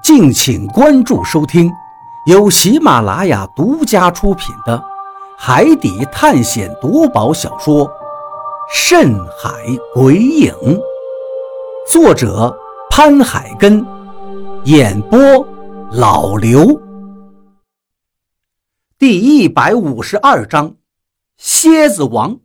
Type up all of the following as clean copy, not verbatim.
敬请关注收听，由喜马拉雅独家出品的海底探险夺宝小说《深海鬼影》，作者潘海根，演播老刘。第152章，蝎子王。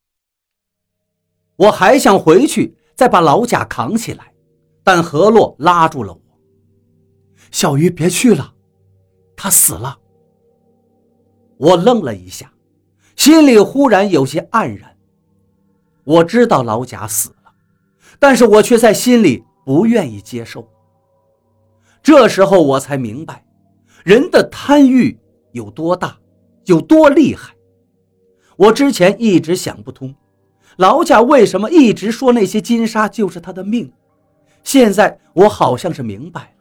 我还想回去再把老贾扛起来，但何洛拉住了我。小鱼，别去了，他死了。我愣了一下，心里忽然有些黯然。我知道老贾死了，但是我却在心里不愿意接受。这时候我才明白，人的贪欲有多大，有多厉害。我之前一直想不通，老贾为什么一直说那些金沙就是他的命，现在我好像是明白了。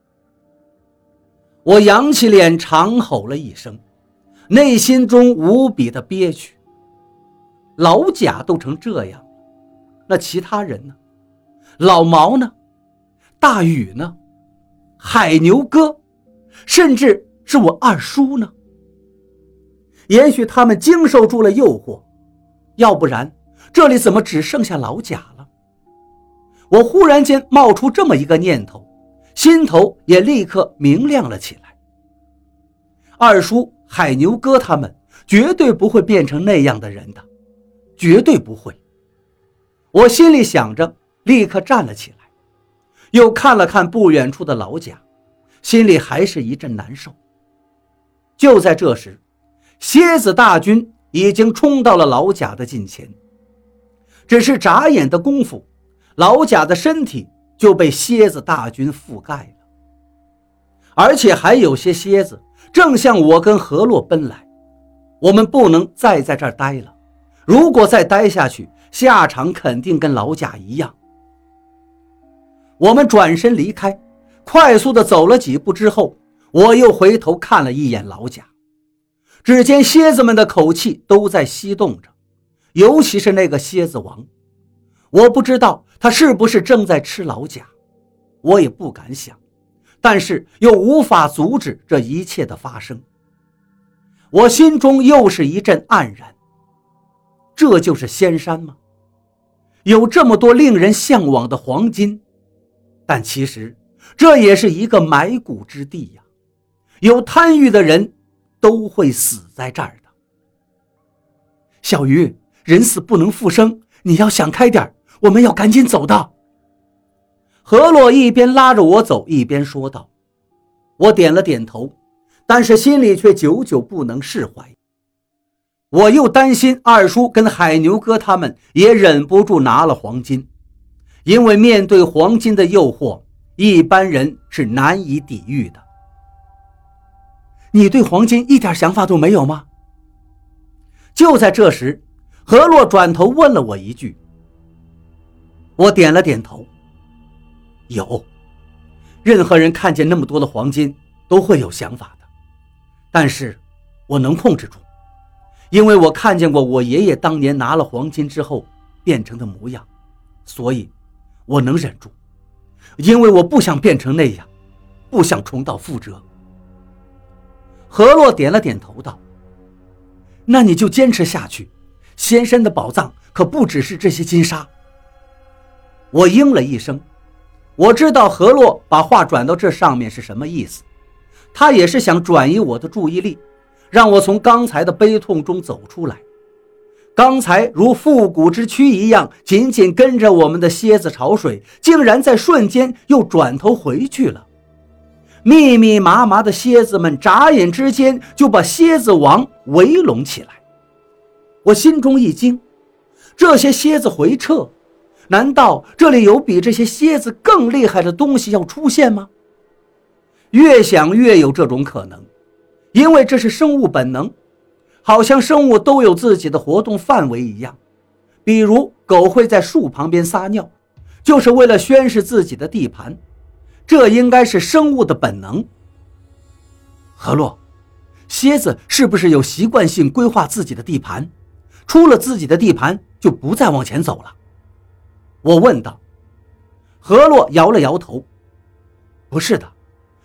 我扬起脸长吼了一声，内心中无比的憋屈。老贾都成这样了，那其他人呢？老毛呢？大禹呢？海牛哥，甚至是我二叔呢？也许他们经受住了诱惑，要不然这里怎么只剩下老贾了？我忽然间冒出这么一个念头，心头也立刻明亮了起来。二叔、海牛哥他们绝对不会变成那样的人的，绝对不会。我心里想着，立刻站了起来，又看了看不远处的老贾，心里还是一阵难受。就在这时，蝎子大军已经冲到了老贾的近前，只是眨眼的功夫，老贾的身体就被蝎子大军覆盖了，而且还有些蝎子正向我跟何洛奔来。我们不能再在这儿待了，如果再待下去，下场肯定跟老贾一样。我们转身离开，快速地走了几步之后，我又回头看了一眼老贾，只见蝎子们的口气都在吸动着，尤其是那个蝎子王。我不知道他是不是正在吃老贾，我也不敢想，但是又无法阻止这一切的发生。我心中又是一阵黯然。这就是仙山吗？有这么多令人向往的黄金，但其实这也是一个埋骨之地呀。有贪欲的人都会死在这儿的。小鱼，人死不能复生，你要想开点，我们要赶紧走的。何洛一边拉着我走，一边说道。我点了点头，但是心里却久久不能释怀。我又担心二叔跟海牛哥他们也忍不住拿了黄金，因为面对黄金的诱惑，一般人是难以抵御的。你对黄金一点想法都没有吗？就在这时，何洛转头问了我一句。我点了点头。有，任何人看见那么多的黄金都会有想法的，但是我能控制住，因为我看见过我爷爷当年拿了黄金之后变成的模样，所以我能忍住，因为我不想变成那样，不想重蹈覆辙。何洛点了点头道，那你就坚持下去，仙山的宝藏可不只是这些金沙。我应了一声，我知道何洛把话转到这上面是什么意思，他也是想转移我的注意力，让我从刚才的悲痛中走出来。刚才如复古之躯一样紧紧跟着我们的蝎子潮水，竟然在瞬间又转头回去了。密密麻麻的蝎子们眨眼之间就把蝎子王围拢起来。我心中一惊，这些蝎子回撤，难道这里有比这些蝎子更厉害的东西要出现吗？越想越有这种可能，因为这是生物本能，好像生物都有自己的活动范围一样。比如狗会在树旁边撒尿，就是为了宣示自己的地盘，这应该是生物的本能。何洛，蝎子是不是有习惯性规划自己的地盘，出了自己的地盘就不再往前走了？我问道。何洛摇了摇头，不是的，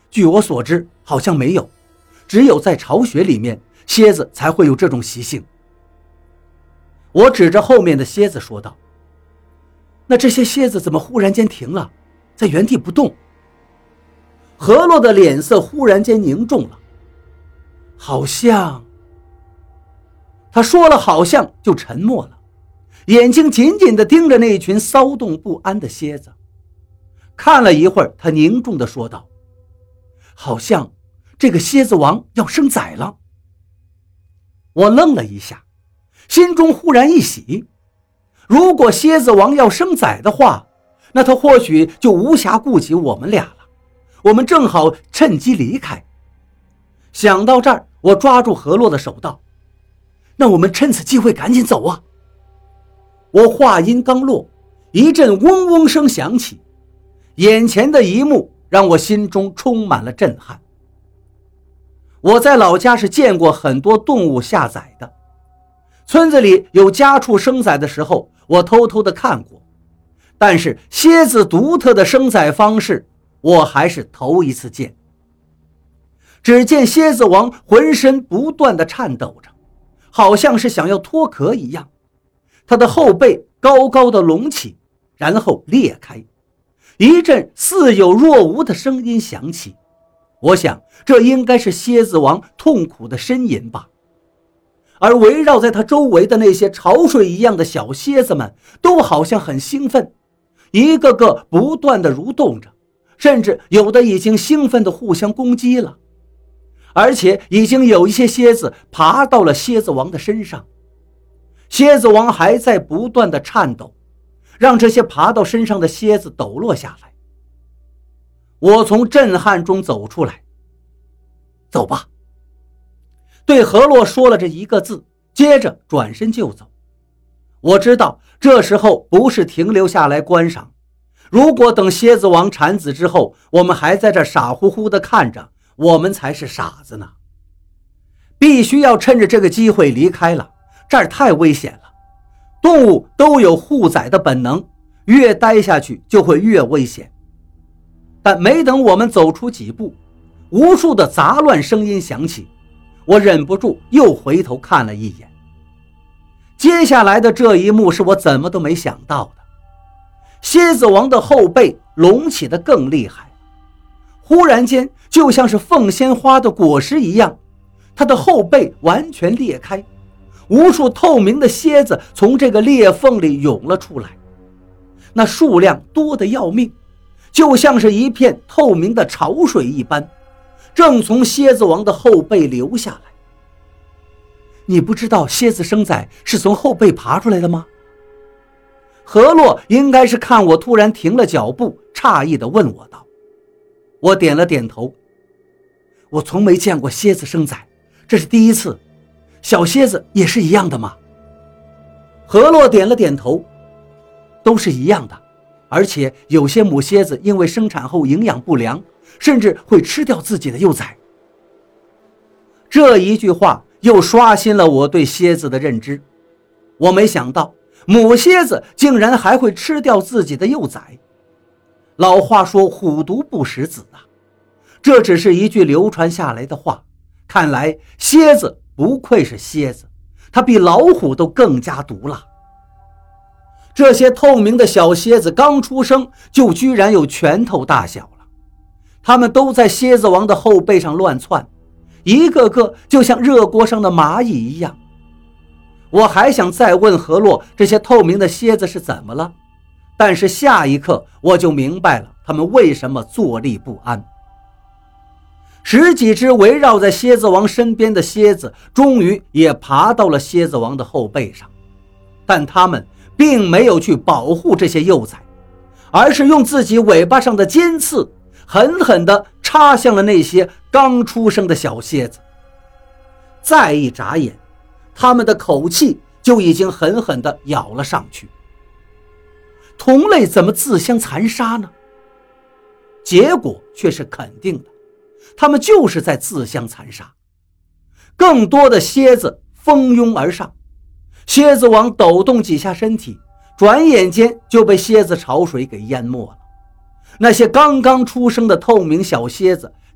据我所知，好像没有，只有在巢穴里面，蝎子才会有这种习性。我指着后面的蝎子说道：那这些蝎子怎么忽然间停了，在原地不动？何洛的脸色忽然间凝重了，好像……他说了好像就沉默了，眼睛紧紧地盯着那一群骚动不安的蝎子。看了一会儿，他凝重地说道：好像这个蝎子王要生崽了。我愣了一下，心中忽然一喜，如果蝎子王要生崽的话，那他或许就无暇顾及我们俩了，我们正好趁机离开。想到这儿，我抓住何洛的手道：那我们趁此机会赶紧走啊！我话音刚落，一阵嗡嗡声响起，眼前的一幕让我心中充满了震撼。我在老家是见过很多动物下崽的，村子里有家畜生崽的时候，我偷偷的看过，但是蝎子独特的生崽方式，我还是头一次见。只见蝎子王浑身不断的颤抖着，好像是想要脱壳一样，它的后背高高的隆起，然后裂开，一阵似有若无的声音响起。我想这应该是蝎子王痛苦的呻吟吧。而围绕在它周围的那些潮水一样的小蝎子们都好像很兴奋，一个个不断地蠕动着，甚至有的已经兴奋地互相攻击了，而且已经有一些蝎子爬到了蝎子王的身上。蝎子王还在不断地颤抖，让这些爬到身上的蝎子抖落下来。我从震撼中走出来，走吧，对何洛说了这一个字，接着转身就走。我知道这时候不是停留下来观赏，如果等蝎子王产子之后，我们还在这傻乎乎地看着，我们才是傻子呢。必须要趁着这个机会离开了，这儿太危险了。动物都有护崽的本能，越待下去就会越危险。但没等我们走出几步，无数的杂乱声音响起，我忍不住又回头看了一眼。接下来的这一幕是我怎么都没想到的，蝎子王的后背隆起得更厉害，忽然间就像是凤仙花的果实一样，它的后背完全裂开，无数透明的蝎子从这个裂缝里涌了出来，那数量多得要命，就像是一片透明的潮水一般，正从蝎子王的后背流下来。你不知道蝎子生崽是从后背爬出来的吗？何洛应该是看我突然停了脚步，诧异地问我道。我点了点头，我从没见过蝎子生崽，这是第一次。小蝎子也是一样的吗？何洛点了点头，都是一样的，而且有些母蝎子因为生产后营养不良，甚至会吃掉自己的幼崽。这一句话又刷新了我对蝎子的认知，我没想到母蝎子竟然还会吃掉自己的幼崽。老话说虎毒不食子啊，这只是一句流传下来的话，看来蝎子不愧是蝎子，它比老虎都更加毒辣。这些透明的小蝎子刚出生就居然有拳头大小了，它们都在蝎子王的后背上乱窜，一个个就像热锅上的蚂蚁一样。我还想再问何洛这些透明的蝎子是怎么了，但是下一刻我就明白了它们为什么坐立不安。十几只围绕在蝎子王身边的蝎子终于也爬到了蝎子王的后背上，但它们并没有去保护这些幼崽，而是用自己尾巴上的尖刺狠狠地插向了那些刚出生的小蝎子。再一眨眼，它们的口气就已经狠狠地咬了上去。同类怎么自相残杀呢？结果却是肯定的，他们就是在自相残杀。更多的蝎子蜂拥而上，蝎子王抖动几下身体，转眼间就被蝎子潮水给淹没了。那些刚刚出生的透明小蝎子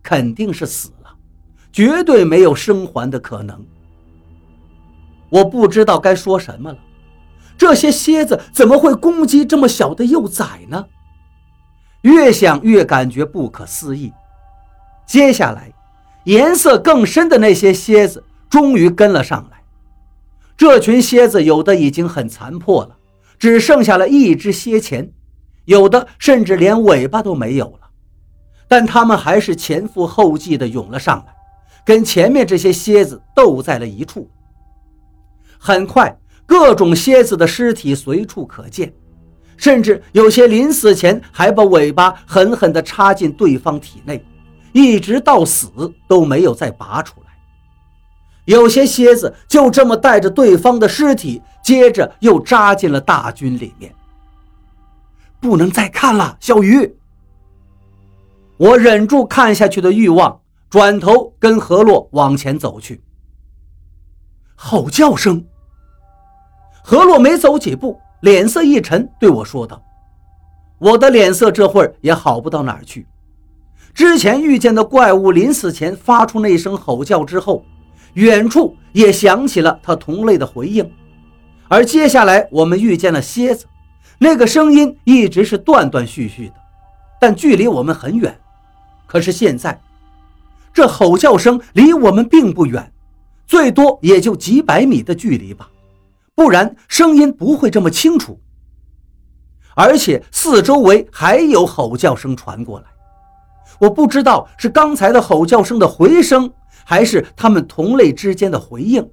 肯定是死了，绝对没有生还的可能。我不知道该说什么了，这些蝎子怎么会攻击这么小的幼崽呢？越想越感觉不可思议。接下来，颜色更深的那些蝎子终于跟了上来。这群蝎子有的已经很残破了，只剩下了一只蝎前，有的甚至连尾巴都没有了。但它们还是前赴后继地涌了上来，跟前面这些蝎子斗在了一处。很快，各种蝎子的尸体随处可见，甚至有些临死前还把尾巴狠狠地插进对方体内，一直到死都没有再拔出来。有些蝎子就这么带着对方的尸体，接着又扎进了大军里面。不能再看了，小鱼！我忍住看下去的欲望，转头跟何洛往前走去。吼叫声！何洛没走几步，脸色一沉，对我说道。我的脸色这会儿也好不到哪儿去。之前遇见的怪物临死前发出那声吼叫之后，远处也响起了他同类的回应，而接下来我们遇见了蝎子，那个声音一直是断断续续的，但距离我们很远。可是现在，这吼叫声离我们并不远，最多也就几百米的距离吧，不然声音不会这么清楚。而且四周围还有吼叫声传过来，我不知道是刚才的吼叫声的回声，还是他们同类之间的回应。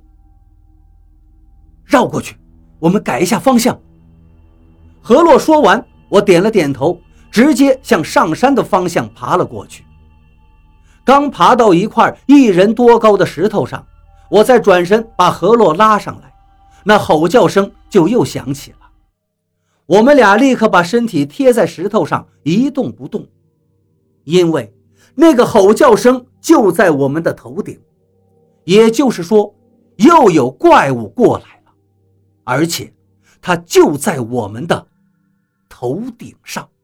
绕过去，我们改一下方向。何洛说完，我点了点头，直接向上山的方向爬了过去。刚爬到一块1人多高的石头上，我再转身把何洛拉上来，那吼叫声就又响起了。我们俩立刻把身体贴在石头上一动不动，因为那个吼叫声就在我们的头顶，也就是说又有怪物过来了，而且它就在我们的头顶上。